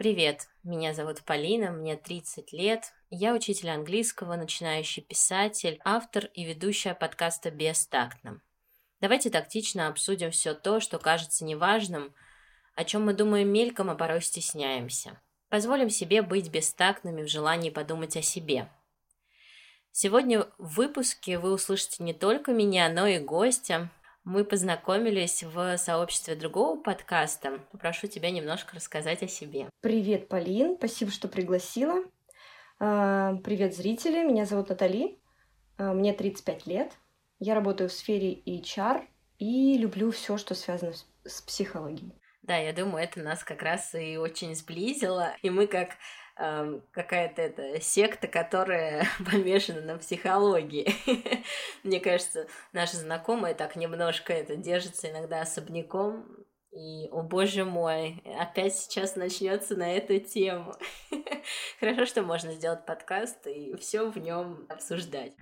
Привет, меня зовут Полина, мне 30 лет. Я учитель английского, начинающий писатель, автор и ведущая подкаста «Бестактно». Давайте тактично обсудим все то, что кажется неважным, о чем мы думаем мельком, а порой стесняемся. Позволим себе быть бестактными в желании подумать о себе. Сегодня в выпуске вы услышите не только меня, но и гостя. Мы познакомились в сообществе другого подкаста. Попрошу тебя немножко рассказать о себе. Привет, Полин, спасибо, что пригласила. Привет, зрители, меня зовут Натали, мне 35 лет. Я работаю в сфере HR и люблю все, что связано с психологией. Да, я думаю, это нас как раз и очень сблизило. И мы как какая-то секта, которая помешана на психологии. Мне кажется, наши знакомые так немножко это держатся иногда особняком. И, о боже мой, опять сейчас начнется на эту тему. Хорошо, что можно сделать подкаст и все в нем обсуждать.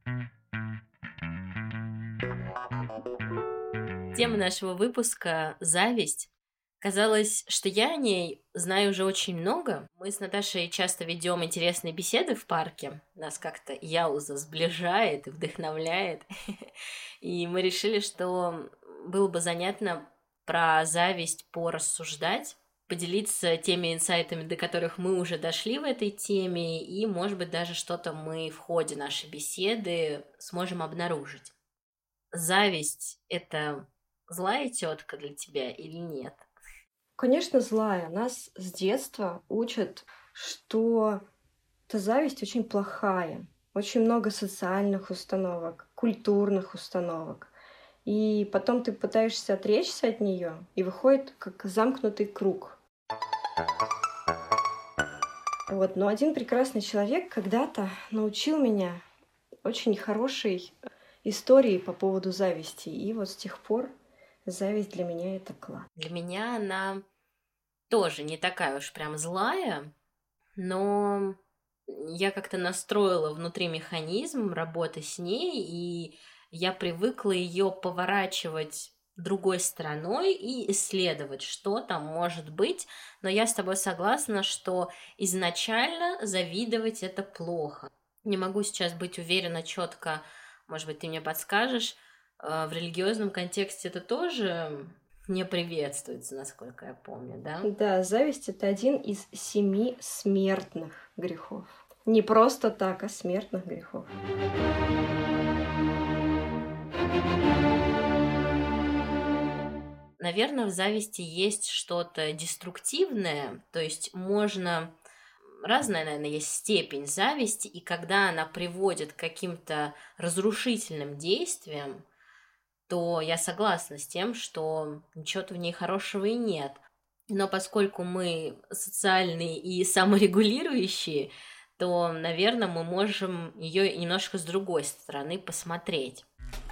Тема нашего выпуска — зависть. Казалось, что я о ней знаю уже очень много. Мы с Наташей часто ведем интересные беседы в парке. Нас как-то яуза сближает и вдохновляет. И мы решили, что было бы занятно про зависть порассуждать, поделиться теми инсайтами, до которых мы уже дошли в этой теме, и, может быть, даже что-то мы в ходе нашей беседы сможем обнаружить. Зависть — это злая тетка для тебя или нет? Конечно, злая. Нас с детства учат, что эта зависть очень плохая. Очень много социальных установок, культурных установок. И потом ты пытаешься отречься от нее, и выходит как замкнутый круг. Но один прекрасный человек когда-то научил меня очень хорошей истории по поводу зависти. И вот с тех пор зависть для меня — это клад. Для меня она тоже не такая уж прям злая, но я как-то настроила внутри механизм работы с ней, и я привыкла ее поворачивать другой стороной и исследовать, что там может быть. Но я с тобой согласна, что изначально завидовать это плохо. Не могу сейчас быть уверена четко, может быть, ты мне подскажешь, в религиозном контексте это тоже не приветствуется, насколько я помню, да? Да, зависть — это один из 7 смертных грехов. Не просто так, а смертных грехов. Наверное, в зависти есть что-то деструктивное, то есть можно... Разная, наверное, есть степень зависти, и когда она приводит к каким-то разрушительным действиям, то я согласна с тем, что ничего-то в ней хорошего и нет. Но поскольку мы социальные и саморегулирующие, то, наверное, мы можем ее немножко с другой стороны посмотреть.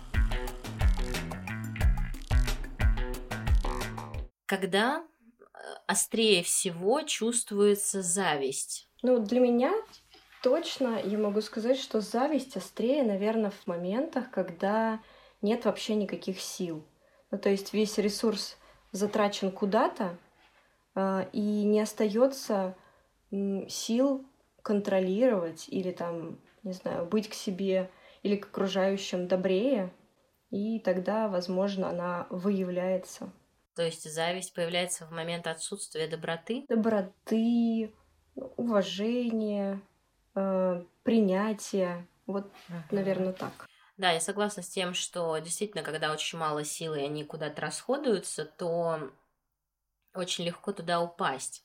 Когда острее всего чувствуется зависть? Для меня точно я могу сказать, что зависть острее, наверное, в моментах, когда нет вообще никаких сил. То есть весь ресурс затрачен куда-то, и не остается сил контролировать или там, не знаю, быть к себе или к окружающим добрее, и тогда, возможно, она выявляется. То есть зависть появляется в момент отсутствия доброты? Доброты, уважения, принятия. Наверное, так. Да, я согласна с тем, что действительно, когда очень мало сил и они куда-то расходуются, то очень легко туда упасть.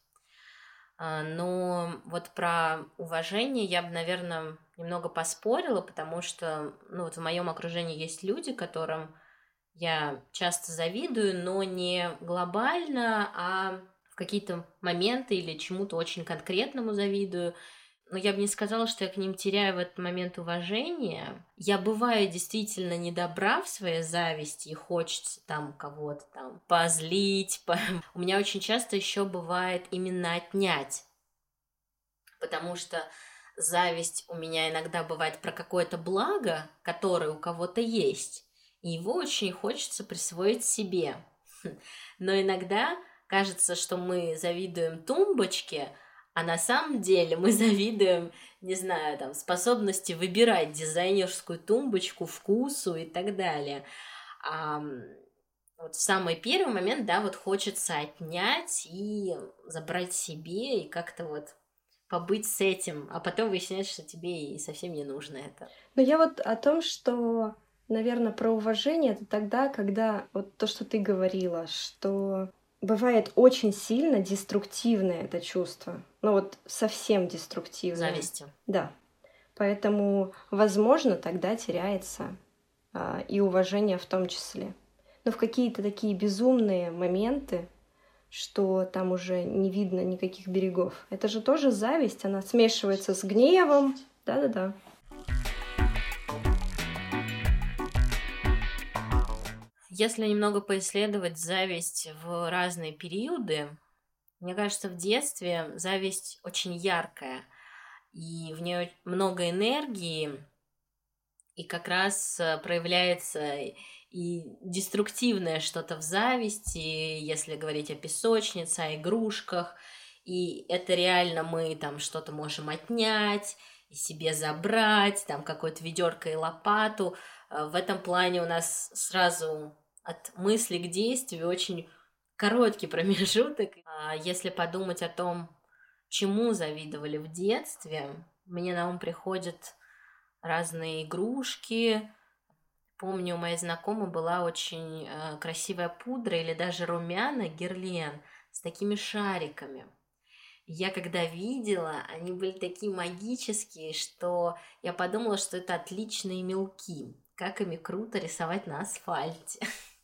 Но вот про уважение я бы, наверное, немного поспорила, потому что, в моем окружении есть люди, которым я часто завидую, но не глобально, а в какие-то моменты или чему-то очень конкретному завидую. Но я бы не сказала, что я к ним теряю в этот момент уважение. Я бываю действительно недобра в своей зависти, и хочется там кого-то там позлить. У меня очень часто еще бывает именно отнять. Потому что зависть у меня иногда бывает про какое-то благо, которое у кого-то есть, и его очень хочется присвоить себе. Но иногда, кажется, что мы завидуем тумбочке, а на самом деле мы завидуем, не знаю, там, способности выбирать дизайнерскую тумбочку, вкусу и так далее. А вот в самый первый момент, да, вот хочется отнять и забрать себе, и как-то вот побыть с этим, а потом выясняется, что тебе и совсем не нужно это. Но я вот о том, что, наверное, про уважение это тогда, когда вот то, что ты говорила, что бывает очень сильно деструктивное это чувство. Ну вот совсем деструктивное. Зависти. Да. Поэтому, возможно, тогда теряется и уважение в том числе. Но в какие-то такие безумные моменты, что там уже не видно никаких берегов. Это же тоже зависть, она смешивается с гневом. Да-да-да. Если немного поисследовать зависть в разные периоды, мне кажется, в детстве зависть очень яркая, и в ней много энергии, и как раз проявляется и деструктивное что-то в зависти, если говорить о песочнице, о игрушках, и это реально мы там что-то можем отнять, и себе забрать, там какое-то ведерко и лопату. В этом плане у нас сразу от мысли к действию очень короткий промежуток. Если подумать о том, чему завидовали в детстве, мне на ум приходят разные игрушки. Помню, у моей знакомой была очень красивая пудра или даже румяна Герлен с такими шариками. Я когда видела, они были такие магические, что я подумала, что это отличные мелки. Как ими круто рисовать на асфальте.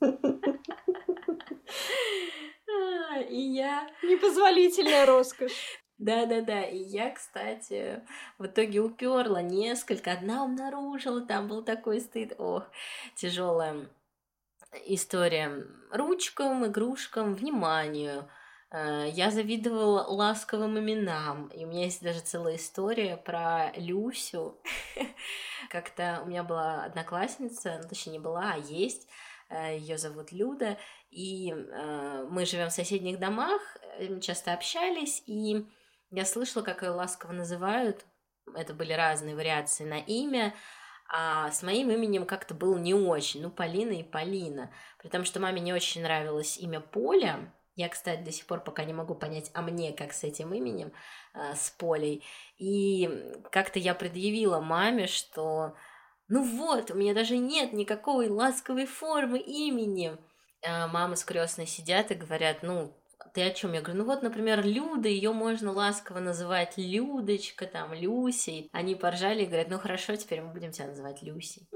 И я... Непозволительная роскошь. Да-да-да, и я, кстати, в итоге уперла несколько, одна обнаружила, там был такой стыд, ох, тяжелая история. Ручкам, игрушкам, вниманию. Я завидовала ласковым именам, и у меня есть даже целая история про Люсю. Как-то у меня была одноклассница, ну, точнее, не была, а есть, ее зовут Люда, и мы живем в соседних домах, часто общались, и я слышала, как ее ласково называют. Это были разные вариации на имя. А с моим именем как-то было не очень. Ну, Полина и Полина. При том, что маме не очень нравилось имя Поля. Я, кстати, до сих пор пока не могу понять, а мне как с этим именем, с Полей. И как-то я предъявила маме, что ну вот, у меня даже нет никакой ласковой формы имени. Мама с крестной сидят и говорят, ну, ты о чем? Я говорю, ну вот, например, Люда, ее можно ласково называть Людочка, там, Люси. Они поржали и говорят, ну хорошо, теперь мы будем тебя называть Люси.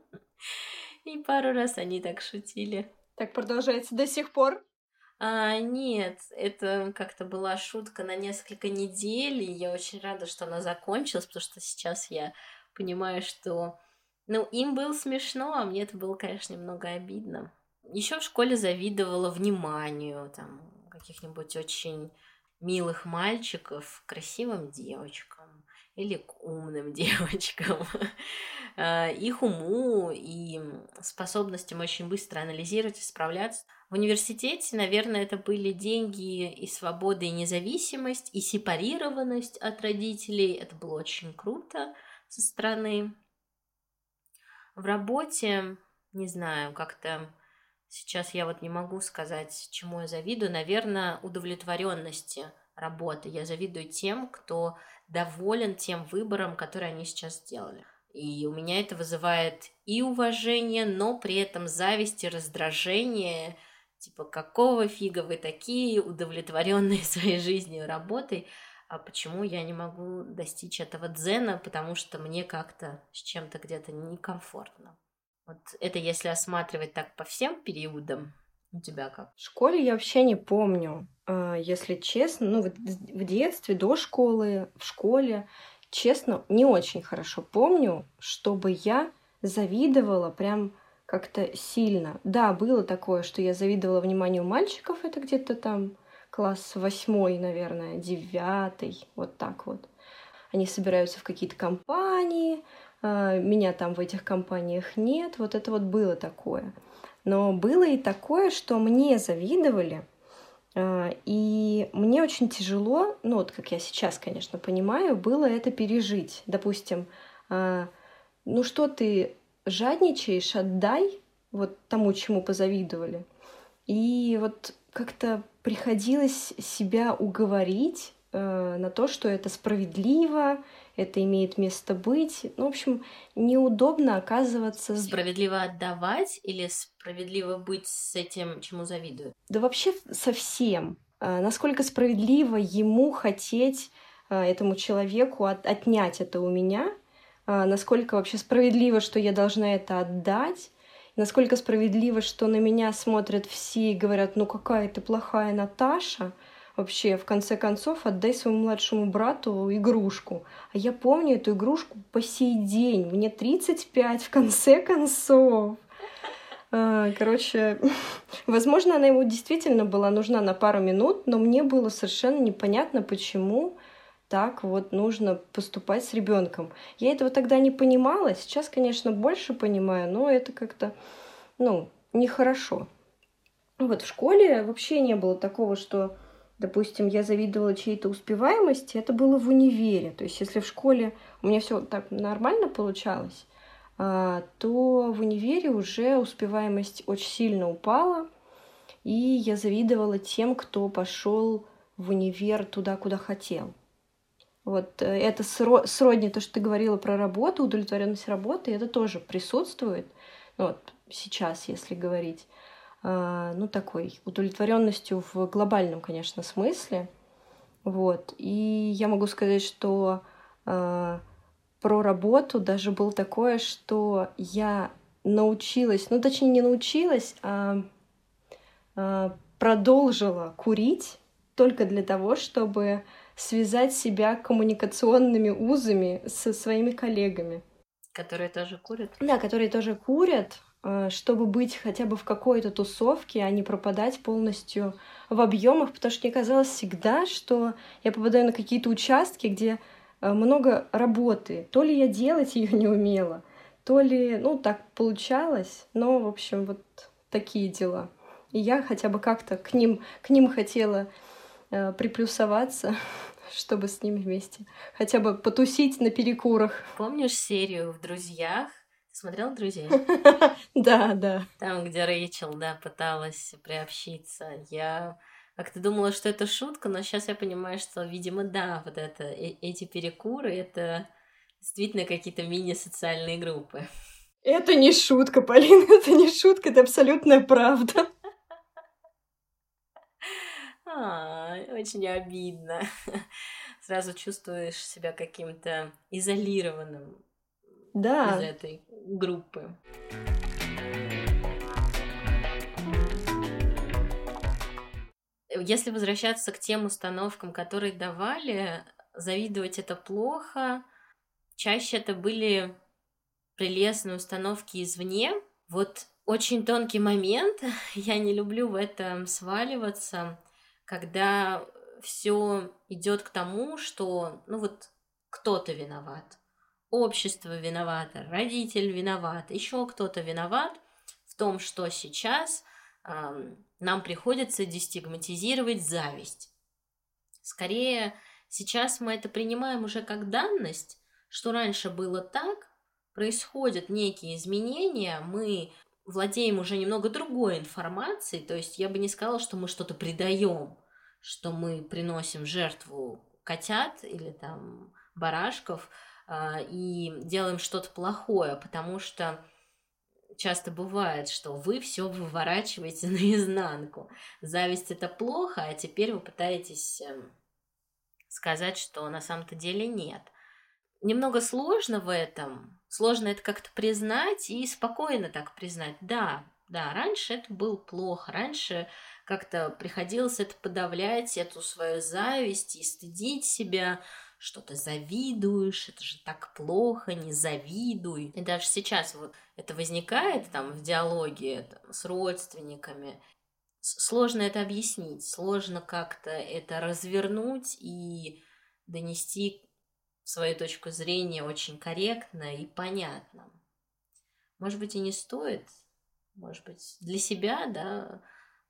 И пару раз они так шутили. Так продолжается до сих пор? Нет, это как-то была шутка на несколько недель, и я очень рада, что она закончилась, потому что сейчас я понимаю, что, ну, им было смешно, а мне это было, конечно, немного обидно. Еще в школе завидовала вниманию, там, каких-нибудь очень милых мальчиков к красивым девочкам или к умным девочкам, их уму и способностям очень быстро анализировать и справляться. В университете, наверное, это были деньги и свобода, и независимость, и сепарированность от родителей. Это было очень круто со стороны. В работе, не знаю, как-то сейчас я вот не могу сказать, чему я завидую. Наверное, удовлетворенности работы. Я завидую тем, кто доволен тем выбором, который они сейчас сделали. И у меня это вызывает и уважение, но при этом зависть и раздражение. Типа, какого фига вы такие удовлетворенные своей жизнью и работой? А почему я не могу достичь этого дзена? Потому что мне как-то с чем-то где-то некомфортно. Вот это если осматривать так по всем периодам, у тебя как? В школе я вообще не помню, если честно. Ну, вот в детстве, до школы, в школе, честно, не очень хорошо помню, чтобы я завидовала прям как-то сильно. Да, было такое, что я завидовала вниманию мальчиков, это где-то там класс 8, наверное, 9, вот так вот. Они собираются в какие-то компании, меня там в этих компаниях нет, вот это вот было такое. Но было и такое, что мне завидовали И мне очень тяжело, ну вот как я сейчас, конечно, понимаю, было это пережить. Допустим, ну что ты жадничаешь, отдай вот тому, чему позавидовали. И вот как-то приходилось себя уговорить на то, что это справедливо, это имеет место быть. Ну, в общем, неудобно оказываться... Справедливо отдавать или справедливо быть с этим, чему завидуют? Да вообще совсем. Насколько справедливо ему хотеть этому человеку отнять это у меня, насколько вообще справедливо, что я должна это отдать, насколько справедливо, что на меня смотрят все и говорят, ну какая ты плохая Наташа, вообще, в конце концов, отдай своему младшему брату игрушку. А я помню эту игрушку по сей день, мне 35 в конце концов. Короче, возможно, она ему действительно была нужна на пару минут, но мне было совершенно непонятно, почему так вот нужно поступать с ребенком. Я этого тогда не понимала, сейчас, конечно, больше понимаю, но это как-то, ну, нехорошо. Вот в школе вообще не было такого, что, допустим, я завидовала чьей-то успеваемости, это было в универе. То есть если в школе у меня все так нормально получалось, то в универе уже успеваемость очень сильно упала, и я завидовала тем, кто пошел в универ туда, куда хотел. Вот это сродни то, что ты говорила про работу, удовлетворенность работы, это тоже присутствует. Ну, вот сейчас, если говорить, ну, такой удовлетворенностью в глобальном, конечно, смысле. Вот. И я могу сказать, что про работу даже было такое, что я научилась, ну, точнее, не научилась, продолжила курить только для того, чтобы связать себя коммуникационными узами со своими коллегами. Которые тоже курят? Да, которые тоже курят, чтобы быть хотя бы в какой-то тусовке, а не пропадать полностью в объемах, потому что мне казалось всегда, что я попадаю на какие-то участки, где много работы. То ли я делать ее не умела, то ли, ну, так получалось. Но, в общем, вот такие дела. И я хотя бы как-то к ним хотела приплюсоваться, чтобы с ними вместе хотя бы потусить на перекурах. Помнишь серию в «Друзьях»? Ты смотрел «Друзей»? Да, да. Там, где Рэйчел, да, пыталась приобщиться. Я как-то думала, что это шутка, но сейчас я понимаю, что, видимо, да, вот это, эти перекуры, это действительно какие-то мини-социальные группы. Это не шутка, Полина, это не шутка, это абсолютная правда. Очень обидно. Сразу чувствуешь себя каким-то изолированным из Да, этой группы. Если возвращаться к тем установкам, которые давали, завидовать это плохо, чаще это были прелестные установки извне. Вот очень тонкий момент, я не люблю в этом сваливаться, когда все идет к тому, что, ну вот, кто-то виноват, общество виновато, родитель виноват, еще кто-то виноват в том, что сейчас нам приходится дестигматизировать зависть. Скорее, сейчас мы это принимаем уже как данность, что раньше было так, происходят некие изменения, мы владеем уже немного другой информацией, то есть я бы не сказала, что мы что-то предаем, что мы приносим в жертву котят или там барашков и делаем что-то плохое, потому что часто бывает, что вы все выворачиваете наизнанку. Зависть это плохо, а теперь вы пытаетесь сказать, что на самом-то деле нет. Немного сложно в этом. Сложно это как-то признать и спокойно так признать. Да, да, раньше это было плохо. Раньше как-то приходилось это подавлять, эту свою зависть и стыдить себя, что ты завидуешь, это же так плохо, не завидуй. И даже сейчас вот это возникает там в диалоге там, с родственниками. Сложно это объяснить, сложно как-то это развернуть и донести свою точку зрения очень корректно и понятно. Может быть, и не стоит, может быть, для себя, да,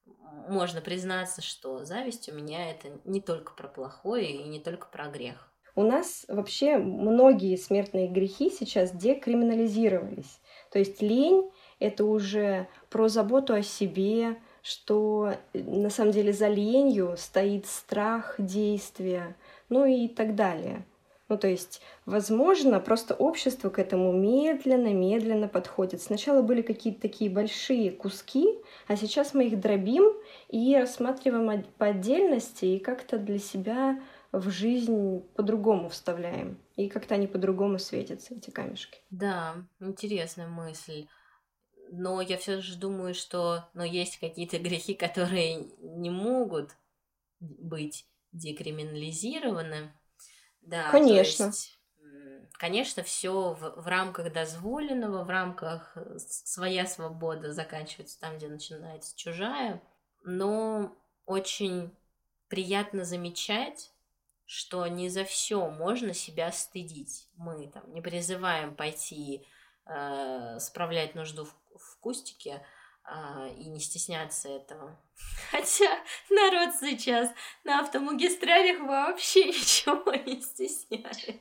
можно признаться, что зависть у меня это не только про плохое и не только про грех. У нас вообще многие смертные грехи сейчас декриминализировались. То есть лень — это уже про заботу о себе, что на самом деле за ленью стоит страх действия, ну и так далее. Ну, то есть, возможно, просто общество к этому медленно подходит. Сначала были какие-то такие большие куски, а сейчас мы их дробим и рассматриваем по отдельности и как-то для себя в жизнь по-другому вставляем. И как-то они по-другому светятся, эти камешки. Да, интересная мысль. Но я все же думаю, что есть какие-то грехи, которые не могут быть декриминализированы. Да, то Конечно. есть, конечно, все в рамках дозволенного, в рамках своя свобода заканчивается там, где начинается чужая. Но очень приятно замечать, что не за все можно себя стыдить. Мы там не призываем пойти справлять нужду в кустике и не стесняться этого. Хотя народ сейчас на автомагистралях вообще ничего не стесняется.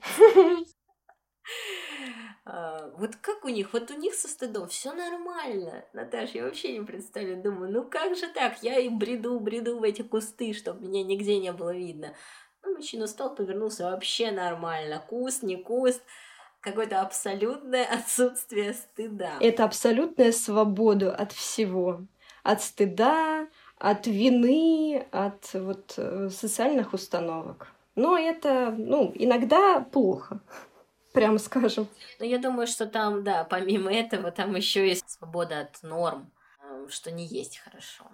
Вот как у них? Вот у них со стыдом все нормально. Наташа, я вообще не представляю. Думаю, ну как же так? Я и бреду в эти кусты, чтобы меня нигде не было видно. Ну, мужчина встал, повернулся, вообще нормально. Куст, не куст. Какое-то абсолютное отсутствие стыда. Это абсолютная свобода от всего. От стыда, от вины, от социальных установок. Но это, иногда плохо, прямо скажем. Но я думаю, что там, да, помимо этого, там еще есть свобода от норм, что не есть хорошо.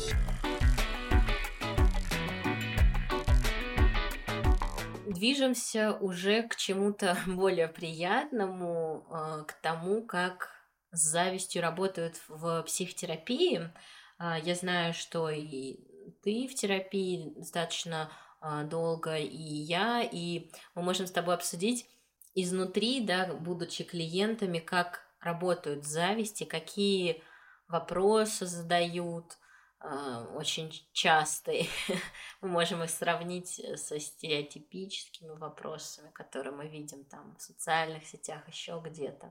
Движемся уже к чему-то более приятному, к тому, как с завистью работают в психотерапии. Я знаю, что и ты в терапии достаточно долго, и я, и мы можем с тобой обсудить изнутри, да, будучи клиентами, как работают с завистью, какие вопросы задают, очень частые. Мы можем их сравнить со стереотипическими вопросами, которые мы видим там в социальных сетях, еще где-то.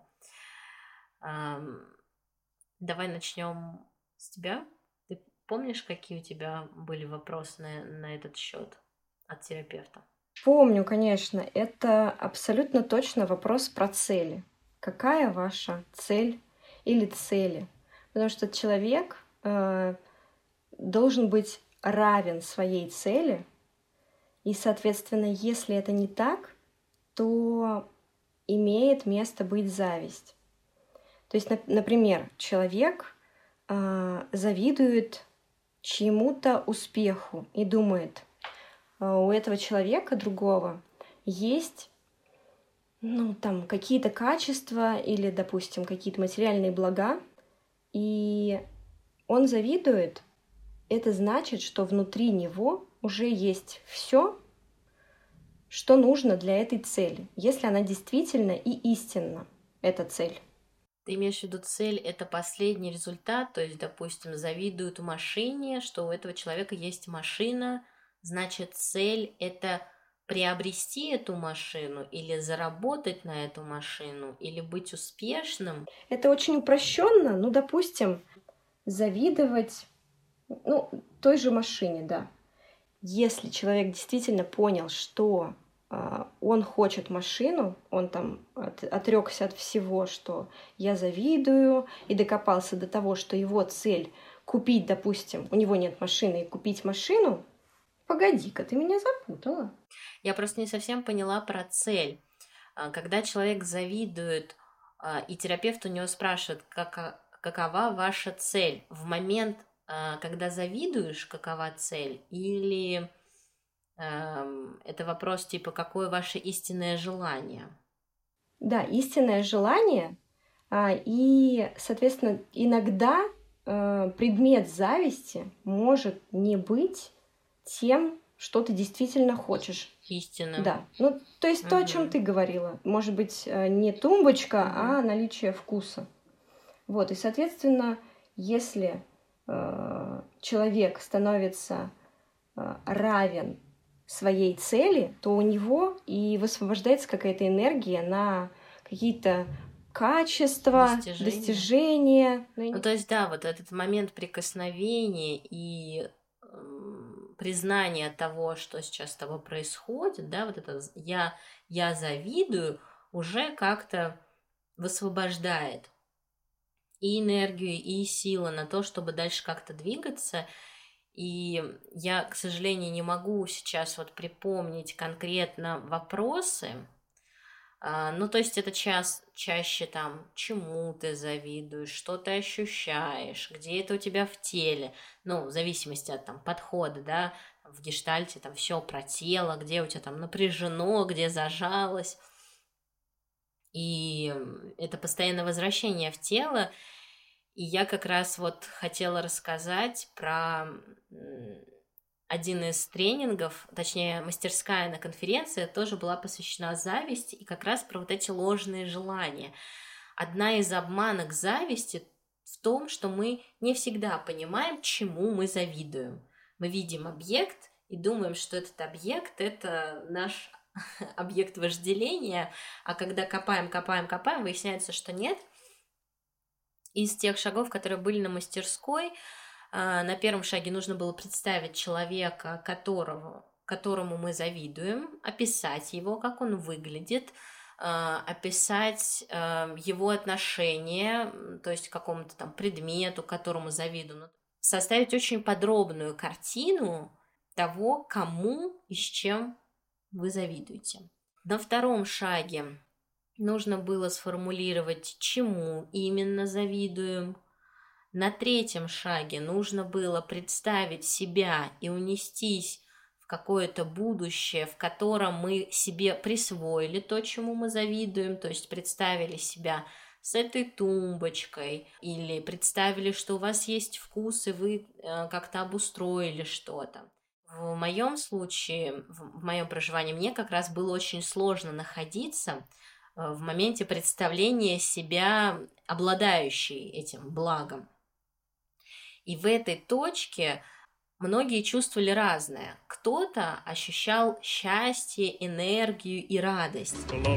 Давай начнем с тебя. Ты помнишь, какие у тебя были вопросы на этот счет от терапевта? Помню, конечно. Это абсолютно точно вопрос про цели. Какая ваша цель или цели? Потому что человек должен быть равен своей цели, и, соответственно, если это не так, то имеет место быть зависть. То есть, например, человек завидует чьему-то успеху и думает, у этого человека другого есть какие-то качества или, допустим, какие-то материальные блага, и он завидует. Это значит, что внутри него уже есть все, что нужно для этой цели, если она действительно и истинна, эта цель. Ты имеешь в виду цель — это последний результат, то есть, допустим, завидуют машине, что у этого человека есть машина, значит, цель — это приобрести эту машину или заработать на эту машину, или быть успешным. Это очень упрощенно, допустим, завидовать той же машине, да. Если человек действительно понял, что он хочет машину, он там отрекся от всего, что я завидую, и докопался до того, что его цель купить, допустим, у него нет машины, и купить машину. Погоди-ка, ты меня запутала. Я просто не совсем поняла про цель. Когда человек завидует, и терапевт у него спрашивает, какова ваша цель в момент, когда завидуешь, какова цель, или это вопрос типа, какое ваше истинное желание? Да, истинное желание, и, соответственно, иногда предмет зависти может не быть тем, что ты действительно хочешь. Истинным. Да. То есть то, о чем ты говорила. Может быть, не тумбочка, а наличие вкуса. И, соответственно, если человек становится равен своей цели, то у него и высвобождается какая-то энергия на какие-то качества, достижения. Ну, то есть, да, вот этот момент прикосновения и признания того, что сейчас с тобой происходит, да, вот это я завидую, уже как-то высвобождает и энергию, и силы на то, чтобы дальше как-то двигаться. И я, к сожалению, не могу сейчас вот припомнить конкретно вопросы. Ну, то есть это чаще там, чему ты завидуешь, что ты ощущаешь, где это у тебя в теле. Ну, в зависимости от там подхода, да, в гештальте там все про тело, где у тебя там напряжено, где зажалось. И это постоянное возвращение в тело. И я как раз вот хотела рассказать про один из тренингов, точнее, мастерская на конференции тоже была посвящена зависти и как раз про вот эти ложные желания. Одна из обманок зависти в том, что мы не всегда понимаем, чему мы завидуем. Мы видим объект и думаем, что этот объект – это наш объект вожделения, а когда копаем, выясняется, что нет. Из тех шагов, которые были на мастерской, на первом шаге нужно было представить человека, которому мы завидуем, описать его, как он выглядит, описать его отношение, то есть к какому-то там предмету, которому завидуем, составить очень подробную картину того, кому и с чем вы завидуете. На втором шаге нужно было сформулировать, чему именно завидуем. На третьем шаге нужно было представить себя и унестись в какое-то будущее, в котором мы себе присвоили то, чему мы завидуем, то есть представили себя с этой тумбочкой или представили, что у вас есть вкус, и вы как-то обустроили что-то. В моем случае, в моем проживании, мне как раз было очень сложно находиться в моменте представления себя обладающей этим благом. И в этой точке многие чувствовали разное. Кто-то ощущал счастье, энергию и радость.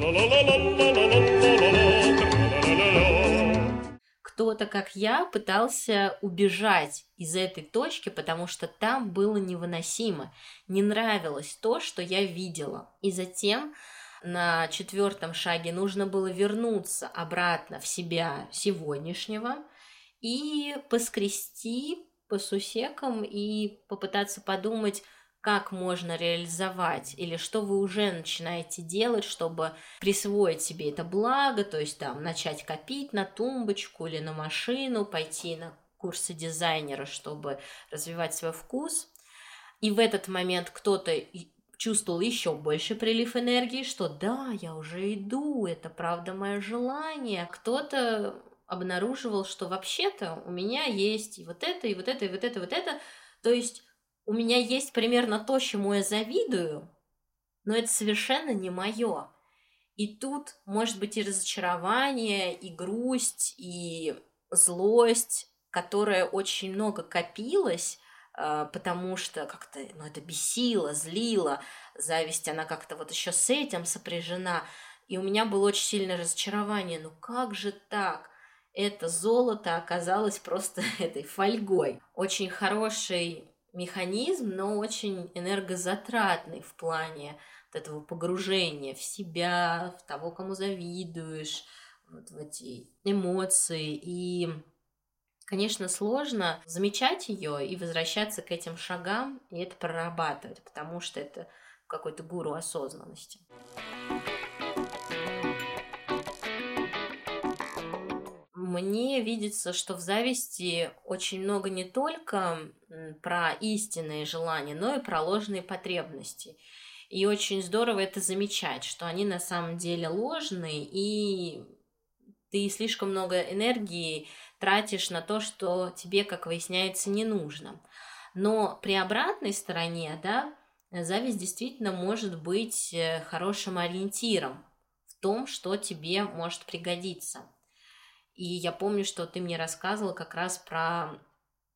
Кто-то, как я, пытался убежать из этой точки, потому что там было невыносимо. Не нравилось то, что я видела. И затем на четвертом шаге нужно было вернуться обратно в себя сегодняшнего и поскрести по сусекам и попытаться подумать, как можно реализовать или что вы уже начинаете делать, чтобы присвоить себе это благо, то есть там начать копить на тумбочку или на машину, пойти на курсы дизайнера, чтобы развивать свой вкус. И в этот момент кто-то чувствовал еще больше прилив энергии, что да, я уже иду, это правда мое желание. Кто-то обнаруживал, что вообще-то у меня есть и вот это, и вот это, и вот это, и вот это. То есть у меня есть примерно то, чему я завидую, но это совершенно не мое. И тут может быть и разочарование, и грусть, и злость, которая очень много копилась, потому что как-то это бесило, злило. Зависть, она как-то вот еще с этим сопряжена. И у меня было очень сильное разочарование. Ну как же так? Это золото оказалось просто этой фольгой. Очень хороший механизм, но очень энергозатратный в плане вот этого погружения в себя, в того, кому завидуешь, вот в эти эмоции. И, конечно, сложно замечать ее и возвращаться к этим шагам, и это прорабатывать, потому что это какой-то гуру осознанности. Мне видится, что в зависти очень много не только про истинные желания, но и про ложные потребности. И очень здорово это замечать, что они на самом деле ложные, и ты слишком много энергии тратишь на то, что тебе, как выясняется, не нужно. Но при обратной стороне, да, зависть действительно может быть хорошим ориентиром в том, что тебе может пригодиться. И я помню, что ты мне рассказывала как раз про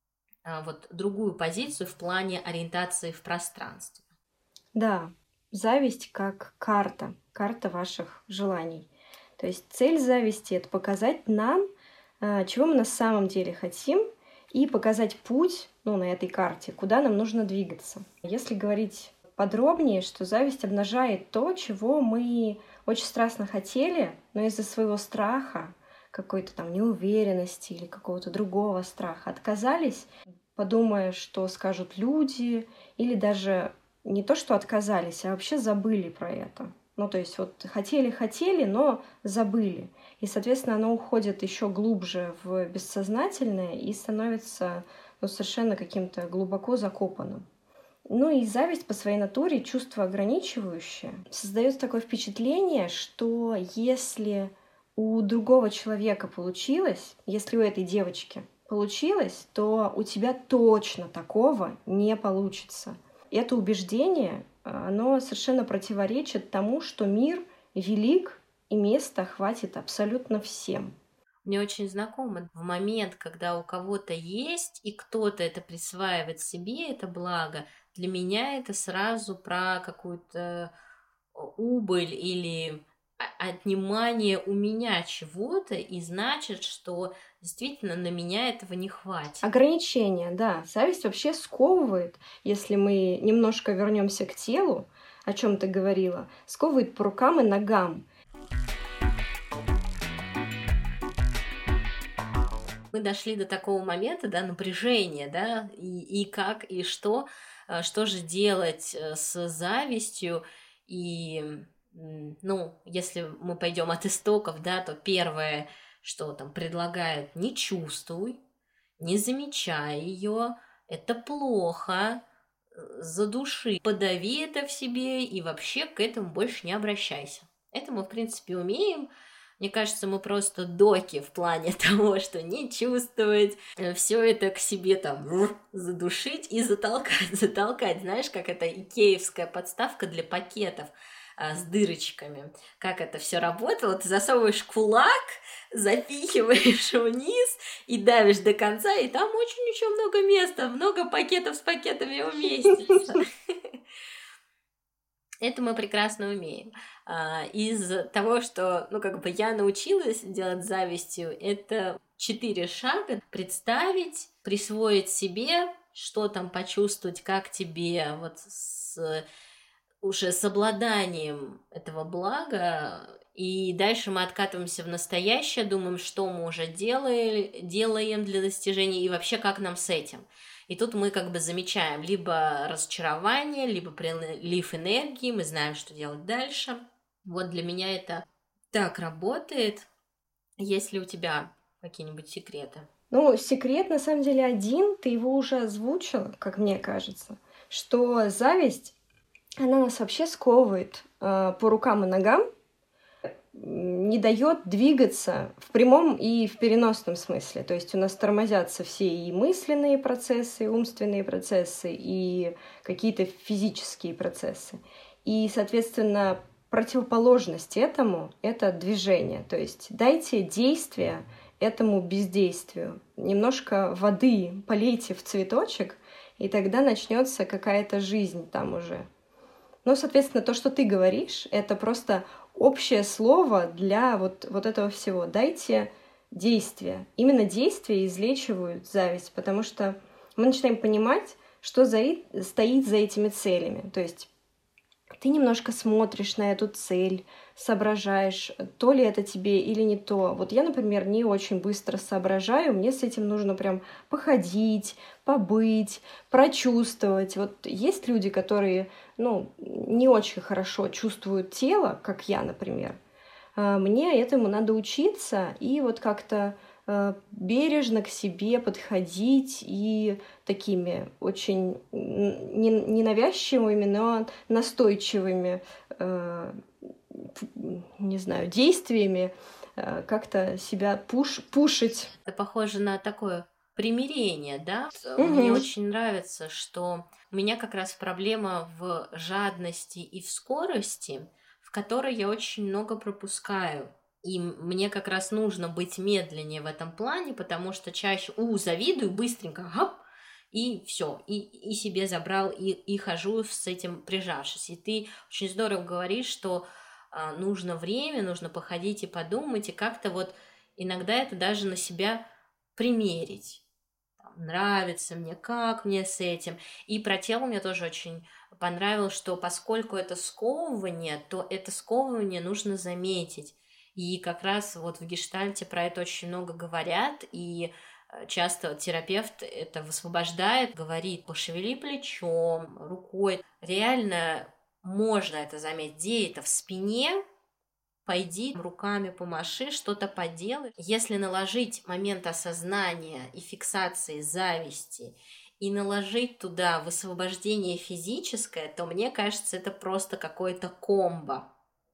вот другую позицию в плане ориентации в пространстве. Да, зависть как карта ваших желаний. То есть цель зависти — это показать нам, чего мы на самом деле хотим, и показать путь, ну, на этой карте, куда нам нужно двигаться. Если говорить подробнее, что зависть обнажает то, чего мы очень страстно хотели, но из-за своего страха, какой-то там неуверенности или какого-то другого страха отказались, подумая, что скажут люди, или даже не то, что отказались, а вообще забыли про это. Ну, то есть вот хотели, но забыли. И, соответственно, оно уходит еще глубже в бессознательное и становится, ну, совершенно каким-то глубоко закопанным. Ну и зависть по своей натуре, чувство ограничивающее, создает такое впечатление, что если у другого человека получилось, если у этой девочки получилось, то у тебя точно такого не получится. Это убеждение, оно совершенно противоречит тому, что мир велик и места хватит абсолютно всем. Мне очень знакомо в момент, когда у кого-то есть, и кто-то это присваивает себе, это благо, для меня это сразу про какую-то убыль или отнимание у меня чего-то, и значит, что действительно на меня этого не хватит. Ограничения, да. Зависть вообще сковывает, если мы немножко вернемся к телу, о чем ты говорила, сковывает по рукам и ногам. Мы дошли до такого момента, да, напряжения, да, и как, и что же делать с завистью, и, ну, если мы пойдем от истоков, да, то первое, что там предлагают: не чувствуй, не замечай ее, это плохо, задуши, подави это в себе и вообще к этому больше не обращайся. Это мы, в принципе, умеем. Мне кажется, мы просто доки в плане того, что не чувствовать, все это к себе там задушить и затолкать. Знаешь, как это икеевская подставка для пакетов с дырочками. Как это все работало? Ты засовываешь кулак, запихиваешь вниз и давишь до конца, и там очень еще много места, много пакетов с пакетами уместится. Это мы прекрасно умеем. Из того, что, ну, как бы я научилась делать с завистью, это 4 шага: представить, присвоить себе, что там почувствовать, как тебе вот уже с обладанием этого блага, и дальше мы откатываемся в настоящее, думаем, что мы уже делаем для достижения, и вообще как нам с этим. И тут мы как бы замечаем либо разочарование, либо прилив энергии, мы знаем, что делать дальше. Вот для меня это так работает. Есть ли у тебя какие-нибудь секреты? Ну, секрет на самом деле один, ты его уже озвучила, как мне кажется, что зависть, она нас вообще сковывает по рукам и ногам, не дает двигаться в прямом и в переносном смысле. То есть у нас тормозятся все и мысленные процессы, и умственные процессы, и какие-то физические процессы. И, соответственно, противоположность этому — это движение. То есть дайте действие этому бездействию. Немножко воды полейте в цветочек, и тогда начнется какая-то жизнь там уже. Ну, соответственно, то, что ты говоришь, это просто общее слово для вот этого всего. Дайте действия. Именно действия излечивают зависть, потому что мы начинаем понимать, что стоит за этими целями. То есть ты немножко смотришь на эту цель, соображаешь, то ли это тебе или не то. Вот я, например, не очень быстро соображаю, мне с этим нужно прям походить, побыть, прочувствовать. Вот есть люди, которые, ну, не очень хорошо чувствуют тело, как я, например. Мне этому надо учиться и вот как-то бережно к себе подходить и такими очень ненавязчивыми, но настойчивыми, не знаю, действиями как-то себя пушить. Это похоже на такое примирение, да? Угу. Мне очень нравится, что у меня как раз проблема в жадности и в скорости, в которой я очень много пропускаю. И мне как раз нужно быть медленнее в этом плане, потому что чаще завидую быстренько, и все, и себе забрал, и хожу с этим прижавшись. И ты очень здорово говоришь, что нужно время, нужно походить и подумать, и как-то вот иногда это даже на себя примерить. Нравится мне, как мне с этим. И про тело мне тоже очень понравилось, что поскольку это сковывание, то это сковывание нужно заметить. И как раз вот в гештальте про это очень много говорят, и часто терапевт это высвобождает, говорит, пошевели плечом, рукой. Реально можно это заметить. Где это? В спине? Пойди руками помаши, что-то поделай. Если наложить момент осознания и фиксации зависти и наложить туда высвобождение физическое, то мне кажется, это просто какое-то комбо.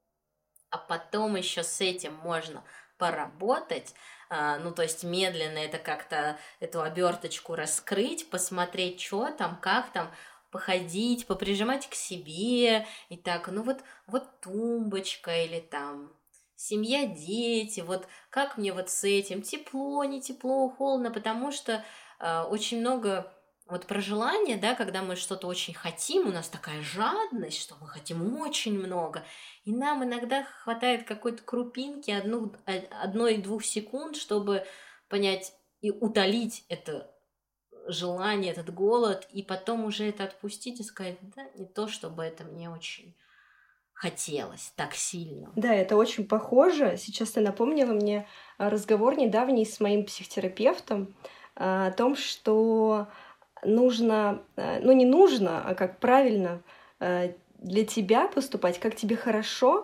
А потом еще с этим можно поработать, ну, то есть медленно это как-то, эту оберточку раскрыть, посмотреть, что там, как там, походить, поприжимать к себе, и так, ну вот тумбочка или там семья, дети, вот как мне вот с этим, тепло, не тепло, холодно, потому что очень много вот про желание, да, когда мы что-то очень хотим, у нас такая жадность, что мы хотим очень много, и нам иногда хватает какой-то крупинки, одной-двух секунд, чтобы понять и утолить это желание, этот голод, и потом уже это отпустить и сказать, да, не то, чтобы это мне очень хотелось так сильно. Да, это очень похоже. Сейчас ты напомнила мне разговор недавний с моим психотерапевтом о том, что нужно, ну не нужно, а как правильно для тебя поступать, как тебе хорошо,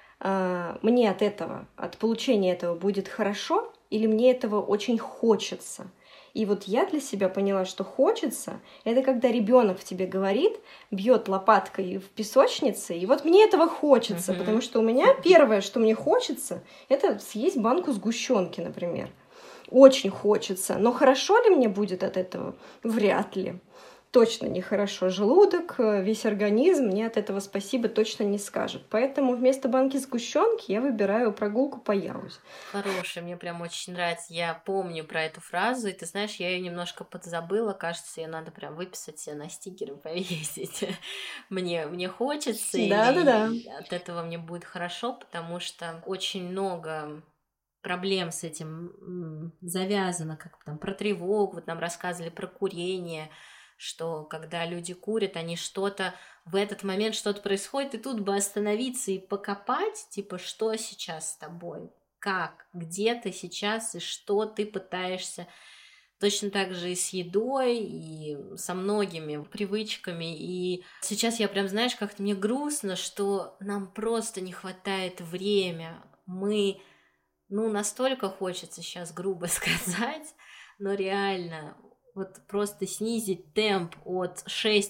мне от этого, от получения этого будет хорошо, или мне этого очень хочется. И вот я для себя поняла, что хочется, это когда ребенок в тебе говорит, бьет лопаткой в песочнице, и вот мне этого хочется, потому что у меня первое, что мне хочется, это съесть банку сгущенки, например. Очень хочется, но хорошо ли мне будет от этого? Вряд ли. Точно нехорошо. Желудок, весь организм мне от этого спасибо точно не скажет. Поэтому вместо банки сгущенки я выбираю прогулку по Яузе. Хорошая, мне прям очень нравится. Я помню про эту фразу, и ты знаешь, я ее немножко подзабыла. Кажется, ее надо прям выписать себе на стикеры, повесить. Мне хочется, Да-да-да. и от этого мне будет хорошо, потому что очень много проблем с этим завязано, как там про тревогу, вот нам рассказывали про курение, что когда люди курят, они что-то в этот момент что-то происходит, и тут бы остановиться и покопать, типа, что сейчас с тобой, как, где ты сейчас и что ты пытаешься. Точно так же и с едой, и со многими привычками. И сейчас я прям, знаешь, как-то мне грустно, что нам просто не хватает времени. Мы, ну, настолько хочется сейчас грубо сказать, но реально вот просто снизить темп от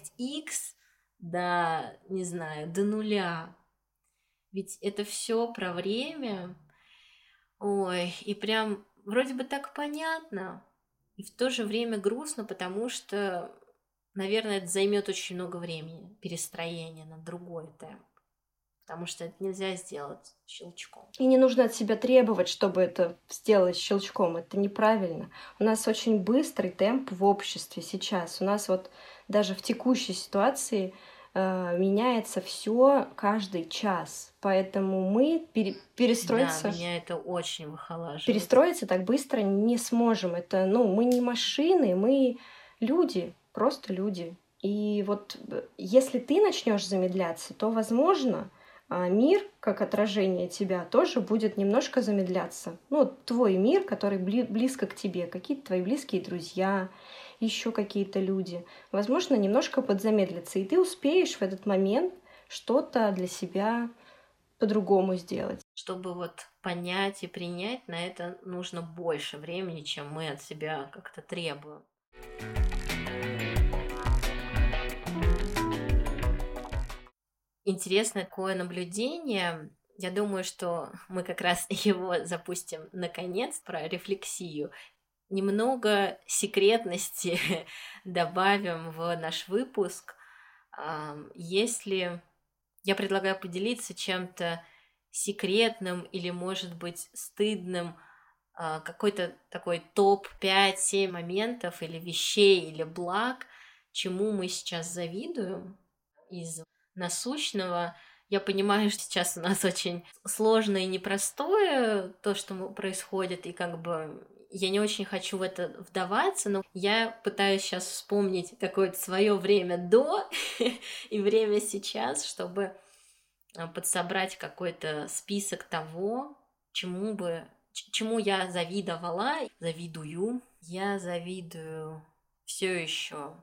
6х до, не знаю, до нуля. Ведь это все про время. Ой, и прям вроде бы так понятно, и в то же время грустно, потому что, наверное, это займет очень много времени, перестроение на другой темп. Потому что это нельзя сделать щелчком. И не нужно от себя требовать, чтобы это сделать щелчком. Это неправильно. У нас очень быстрый темп в обществе сейчас. У нас вот даже в текущей ситуации меняется все каждый час. Поэтому мы перестроиться... Да, меня это очень выхолаживает. Перестроиться так быстро не сможем. Это, ну, мы не машины, мы люди, просто люди. И вот если ты начнешь замедляться, то, возможно, мир, как отражение тебя, тоже будет немножко замедляться. Ну, твой мир, который близко к тебе, какие-то твои близкие друзья, еще какие-то люди, возможно, немножко подзамедлится. И ты успеешь в этот момент что-то для себя по-другому сделать. Чтобы вот понять и принять, на это нужно больше времени, чем мы от себя как-то требуем. Интересное такое наблюдение. Я думаю, что мы как раз его запустим наконец про рефлексию. Немного секретности добавим в наш выпуск. Если я предлагаю поделиться чем-то секретным или, может быть, стыдным какой-то такой топ 5-7 моментов или вещей, или благ, чему мы сейчас завидуем из насущного. Я понимаю, что сейчас у нас очень сложное и непростое то, что происходит, и как бы я не очень хочу в это вдаваться, но я пытаюсь сейчас вспомнить какое-то свое время до и время сейчас, чтобы подсобрать какой-то список того, чему я завидовала, завидую. Я завидую все еще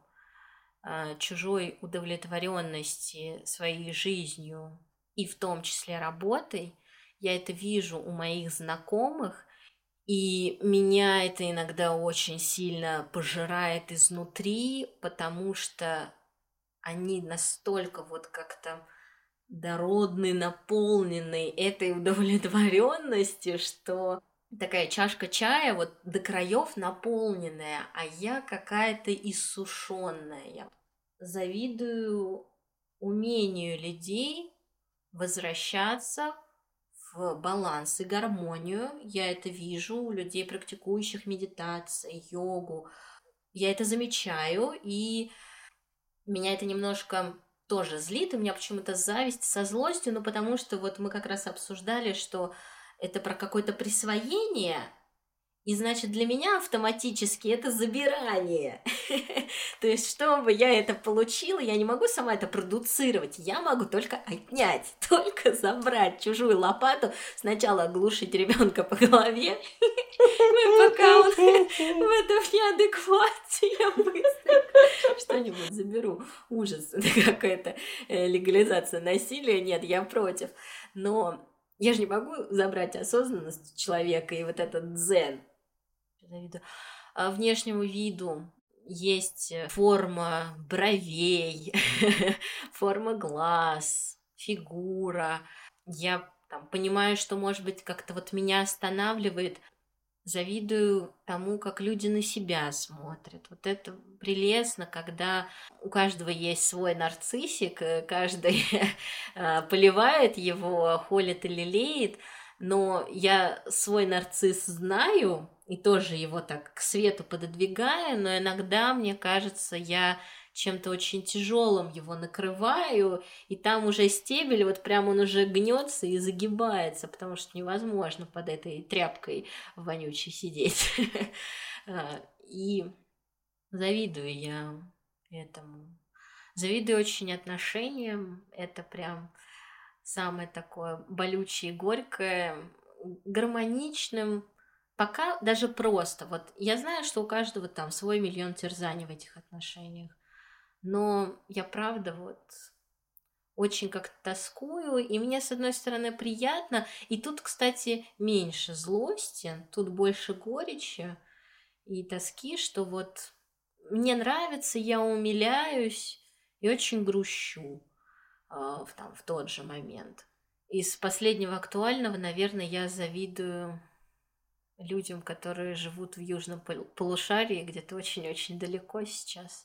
чужой удовлетворенности своей жизнью и в том числе работой. Я это вижу у моих знакомых, и меня это иногда очень сильно пожирает изнутри, потому что они настолько вот как-то дородный, наполненный этой удовлетворенностью, что такая чашка чая вот до краев наполненная, а я какая-то иссушенная. Завидую умению людей возвращаться в баланс и гармонию. Я это вижу у людей, практикующих медитацию, йогу. Я это замечаю, и меня это немножко тоже злит, у меня почему-то зависть со злостью, ну потому что вот мы как раз обсуждали, что это про какое-то присвоение, и значит для меня автоматически это забирание. То есть, чтобы я это получила, я не могу сама это продуцировать, я могу только отнять, только забрать чужую лопату, сначала оглушить ребенка по голове, пока он в этом неадеквате, я быстро что-нибудь заберу. Ужас, это какая-то легализация насилия, нет, я против. Но я же не могу забрать осознанность человека и вот этот дзен. Внешнему виду есть форма бровей, форма глаз, фигура. Я там понимаю, что, может быть, как-то вот меня останавливает. Завидую тому, как люди на себя смотрят. Вот это прелестно, когда у каждого есть свой нарциссик, каждый поливает его, холит и лелеет, но я свой нарцисс знаю и тоже его так к свету пододвигаю, но иногда, мне кажется, я чем-то очень тяжелым его накрываю, и там уже стебель, вот прям он уже гнется и загибается, потому что невозможно под этой тряпкой вонючей сидеть. И завидую я этому. Завидую очень отношениям. Это прям самое такое болючее и горькое, гармоничным. Пока даже просто. Вот я знаю, что у каждого там свой миллион терзаний в этих отношениях. Но я правда вот очень как-то тоскую, и мне, с одной стороны, приятно, и тут, кстати, меньше злости, тут больше горечи и тоски, что вот мне нравится, я умиляюсь и очень грущу в тот же момент. Из последнего актуального, наверное, я завидую людям, которые живут в южном полушарии, где-то очень-очень далеко сейчас.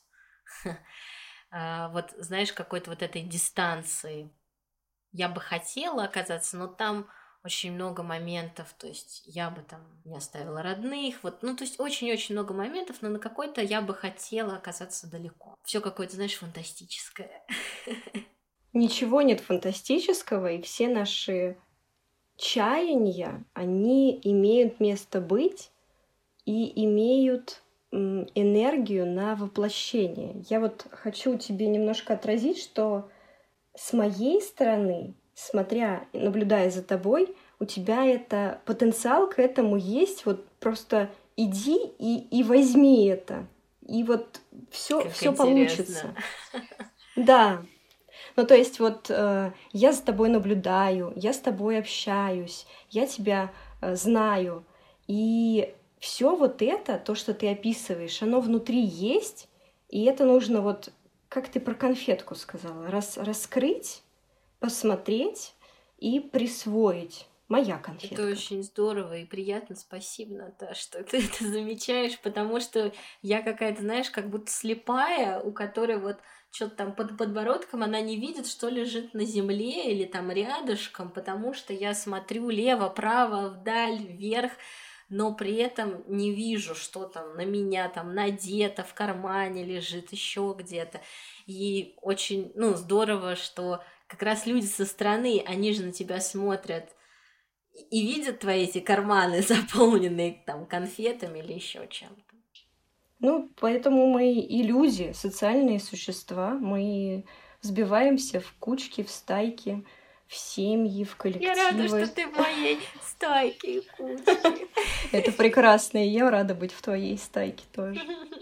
Вот, знаешь, какой-то вот этой дистанции. Я бы хотела оказаться, но там очень много моментов, то есть я бы там не оставила родных, вот, ну, то есть очень-очень много моментов, но на какой-то я бы хотела оказаться далеко. Все какое-то, знаешь, фантастическое. Ничего нет фантастического, и все наши чаяния, они имеют место быть и имеют энергию на воплощение. Я вот хочу тебе немножко отразить, что с моей стороны, наблюдая за тобой, у тебя это потенциал к этому есть. Вот просто иди и возьми это. И вот все получится. Да. Ну, то есть вот я за тобой наблюдаю, я с тобой общаюсь, я тебя знаю. И все вот это, то, что ты описываешь, оно внутри есть, и это нужно вот, как ты про конфетку сказала, раскрыть, посмотреть и присвоить. Моя конфетка. Это очень здорово и приятно. Спасибо, Наташа, что ты это замечаешь, потому что я какая-то, знаешь, как будто слепая, у которой вот что-то там под подбородком, она не видит, что лежит на земле или там рядышком, потому что я смотрю лево, право, вдаль, вверх, но при этом не вижу, что там на меня там надето, в кармане лежит, еще где-то. И очень, здорово, что как раз люди со стороны, они же на тебя смотрят и видят твои эти карманы, заполненные там конфетами или еще чем-то. Ну, поэтому мы и люди, социальные существа, мы сбиваемся в кучки, в стайки, в семьи, в Я рада, что коллективы. ты в моей стайке и кучке. Это прекрасно, и я рада быть в твоей стайке тоже.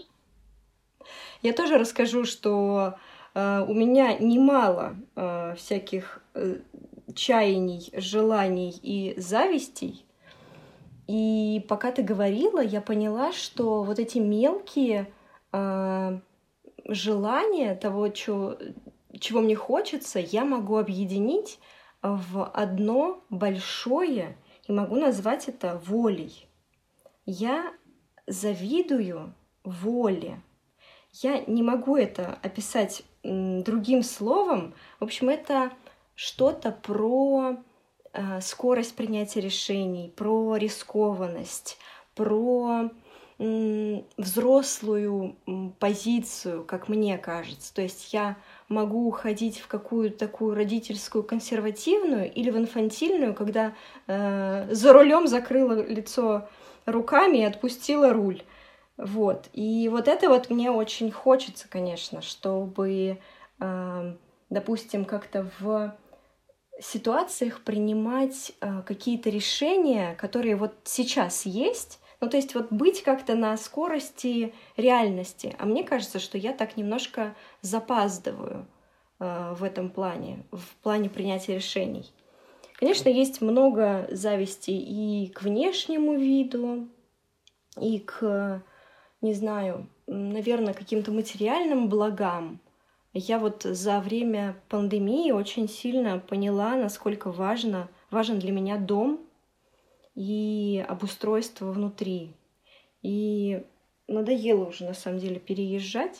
Я тоже расскажу, что у меня немало всяких чаяний, желаний и завистей. И пока ты говорила, я поняла, что вот эти мелкие желания того, чего мне хочется, я могу объединить в одно большое и могу назвать это волей. Я завидую воле. Я не могу это описать другим словом. В общем, это что-то про скорость принятия решений, про рискованность, про взрослую позицию, как мне кажется. То есть я могу уходить в какую-то такую родительскую консервативную или в инфантильную, когда за рулем закрыла лицо руками и отпустила руль. Вот. И вот это вот мне очень хочется, конечно, чтобы, допустим, как-то в ситуациях принимать какие-то решения, которые вот сейчас есть. Ну, то есть вот быть как-то на скорости реальности. А мне кажется, что я так немножко запаздываю в этом плане, в плане принятия решений. Конечно, есть много зависти и к внешнему виду, и к, не знаю, наверное, каким-то материальным благам. Я вот за время пандемии очень сильно поняла, насколько важен для меня дом и обустройство внутри. И надоело уже, на самом деле, переезжать.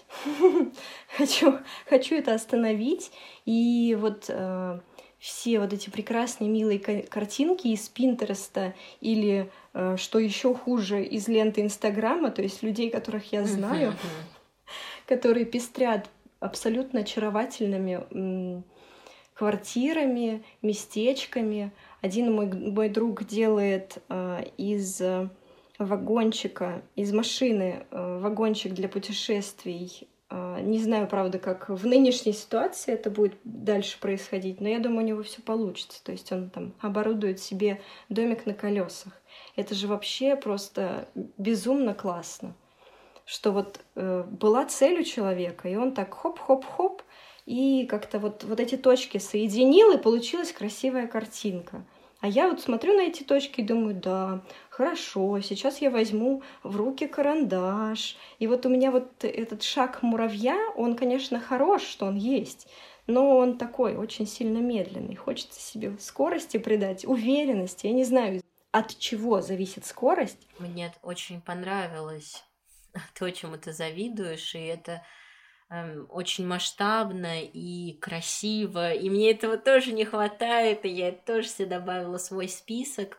Хочу это остановить. И вот все вот эти прекрасные, милые картинки из Пинтереста или, что еще хуже, из ленты Инстаграма, то есть людей, которых я знаю, которые пестрят абсолютно очаровательными квартирами, местечками. Один мой друг делает из вагончика, из машины вагончик для путешествий. Не знаю, правда, как в нынешней ситуации это будет дальше происходить, но я думаю, у него все получится. То есть он там оборудует себе домик на колесах. Это же вообще просто безумно классно, что вот была цель у человека, и он так хоп-хоп-хоп, и как-то вот эти точки соединил, и получилась красивая картинка. А я вот смотрю на эти точки и думаю, да, хорошо, сейчас я возьму в руки карандаш. И вот у меня вот этот шаг муравья, он, конечно, хорош, что он есть, но он такой очень сильно медленный. Хочется себе скорости придать, уверенности. Я не знаю, от чего зависит скорость. Мне очень понравилось то, чему ты завидуешь, и это очень масштабно и красиво, и мне этого тоже не хватает, и я это тоже себе добавила в свой список.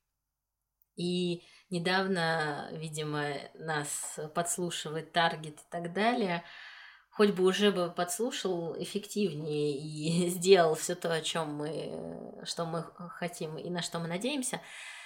И недавно, видимо, нас подслушивает Таргет и так далее. Хоть бы уже бы подслушал эффективнее и сделал все то, что мы хотим и на что мы надеемся.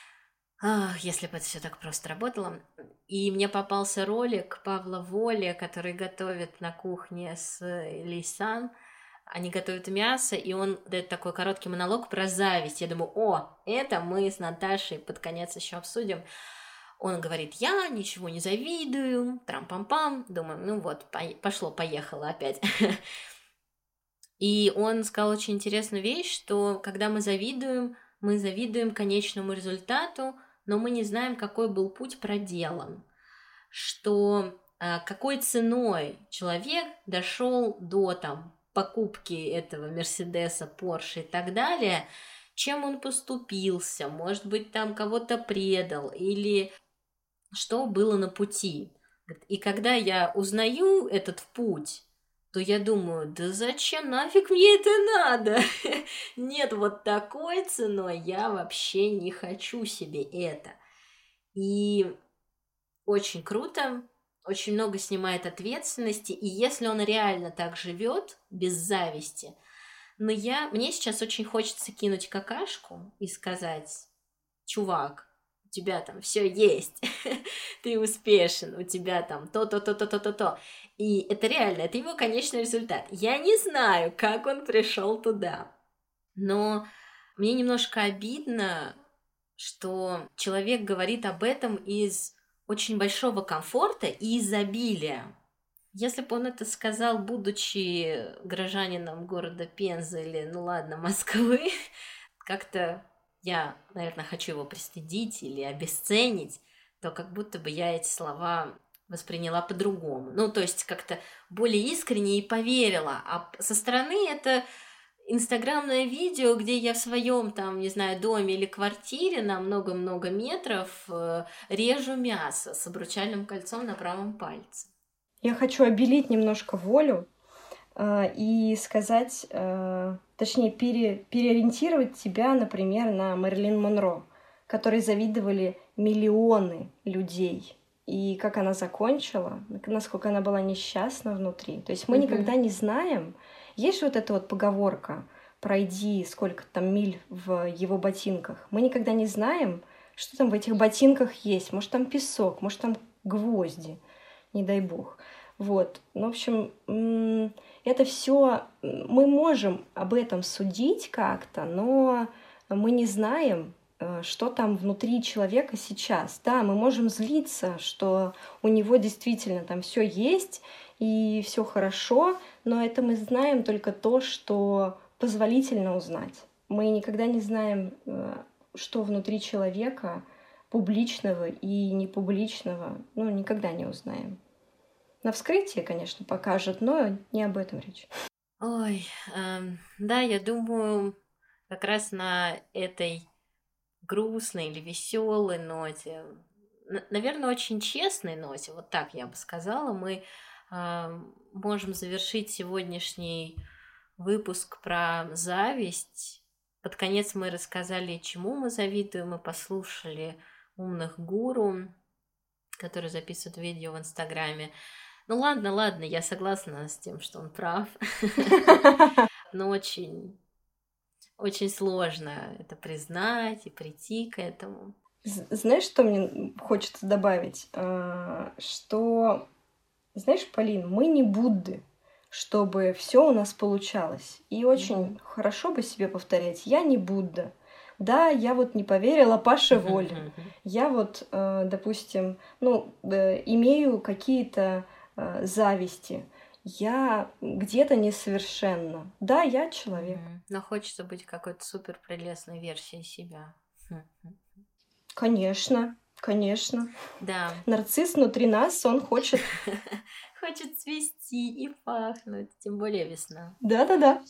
Если бы это все так просто работало. И мне попался ролик Павла Воли, который готовит на кухне с Лейсан. Они готовят мясо, и он дает такой короткий монолог про зависть. Я думаю, это мы с Наташей под конец еще обсудим. Он говорит, я ничего не завидую, трам-пам-пам. Думаю, пошло-поехало опять. И он сказал очень интересную вещь, что когда мы завидуем конечному результату, но мы не знаем, какой был путь проделан. Что какой ценой человек дошел до покупки этого Мерседеса, Порше и так далее, чем он поступился, может быть, кого-то предал, или что было на пути. И когда я узнаю этот путь, то я думаю, да зачем нафиг мне это надо? Нет, вот такой ценой я вообще не хочу себе это. И очень круто, очень много снимает ответственности, и если он реально так живет, без зависти, но мне сейчас очень хочется кинуть какашку и сказать: чувак, у тебя там все есть, ты успешен, у тебя там то-то, то-то, то-то, то. И это реально, это его конечный результат. Я не знаю, как он пришел туда, но мне немножко обидно, что человек говорит об этом из очень большого комфорта и изобилия. Если бы он это сказал, будучи гражданином города Пенза или, ну ладно, Москвы, как-то я, наверное, хочу его пристыдить или обесценить, то как будто бы я эти слова восприняла по-другому. Ну, то есть как-то более искренне и поверила. А со стороны это инстаграмное видео, где я в своем там, не знаю, доме или квартире на много-много метров режу мясо с обручальным кольцом на правом пальце. Я хочу обелить немножко волю и сказать, точнее, переориентировать тебя, например, на Мэрилин Монро, которой завидовали миллионы людей. И как она закончила, насколько она была несчастна внутри. То есть мы никогда не знаем. Есть же вот эта вот поговорка: пройди сколько там миль в его ботинках. Мы никогда не знаем, что там в этих ботинках есть. Может, там песок, может, там гвозди, не дай бог. Вот. Ну, в общем, это все мы можем об этом судить как-то, но мы не знаем, что там внутри человека сейчас. Да, мы можем злиться, что у него действительно там все есть и все хорошо, но это мы знаем только то, что позволительно узнать. Мы никогда не знаем, что внутри человека публичного и непубличного, ну, никогда не узнаем. На вскрытии, конечно, покажут, но не об этом речь. Ой, да, я думаю, как раз на этой грустной или веселой ноте, наверное, очень честной ноте, вот так я бы сказала, мы можем завершить сегодняшний выпуск про зависть. Под конец мы рассказали, чему мы завидуем, мы послушали умных гуру, которые записывают видео в Инстаграме. Ну ладно, я согласна с тем, что он прав, но очень, очень сложно это признать и прийти к этому. Знаешь, что мне хочется добавить? Что, знаешь, Полин, мы не Будды, чтобы все у нас получалось. И очень хорошо бы себе повторять: я не Будда. Да, я вот не поверила Паше Воле. Я вот, допустим, имею какие-то зависти. Я где-то несовершенна. Да, я человек. Но хочется быть какой-то супер прелестной версией себя. Конечно, конечно. Да. Нарцисс внутри нас, он хочет... Хочет цвести и пахнуть, тем более весна. Да-да-да.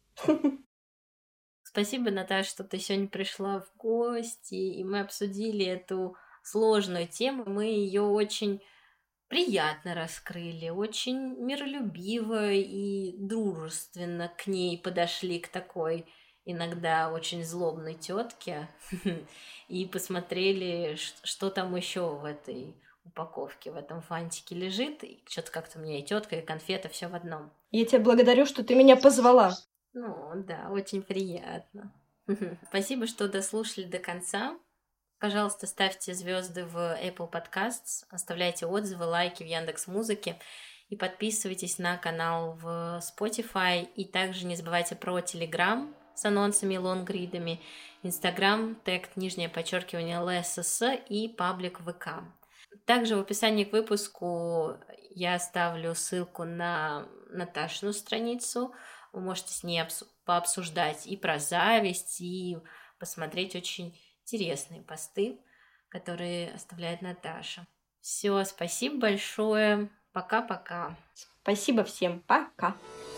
Спасибо, Наташа, что ты сегодня пришла в гости, и мы обсудили эту сложную тему. Мы ее очень приятно раскрыли, очень миролюбиво и дружественно к ней подошли, к такой иногда очень злобной тетке, и посмотрели, что там еще в этой упаковке, в этом фантике лежит. И что-то как-то у меня и тетка, и конфета, все в одном. Я тебя благодарю, что ты меня позвала. Ну, да, очень приятно. Спасибо, что дослушали до конца. Пожалуйста, ставьте звезды в Apple Podcasts, оставляйте отзывы, лайки в Яндекс.Музыке и подписывайтесь на канал в Spotify. И также не забывайте про Telegram с анонсами и лонгридами, Instagram, тег _, ЛСС и паблик ВК. Также в описании к выпуску я оставлю ссылку на Наташину страницу. Вы можете с ней пообсуждать и про зависть, и посмотреть очень интересные посты, которые оставляет Наташа. Все, спасибо большое. Пока-пока. Спасибо всем. Пока.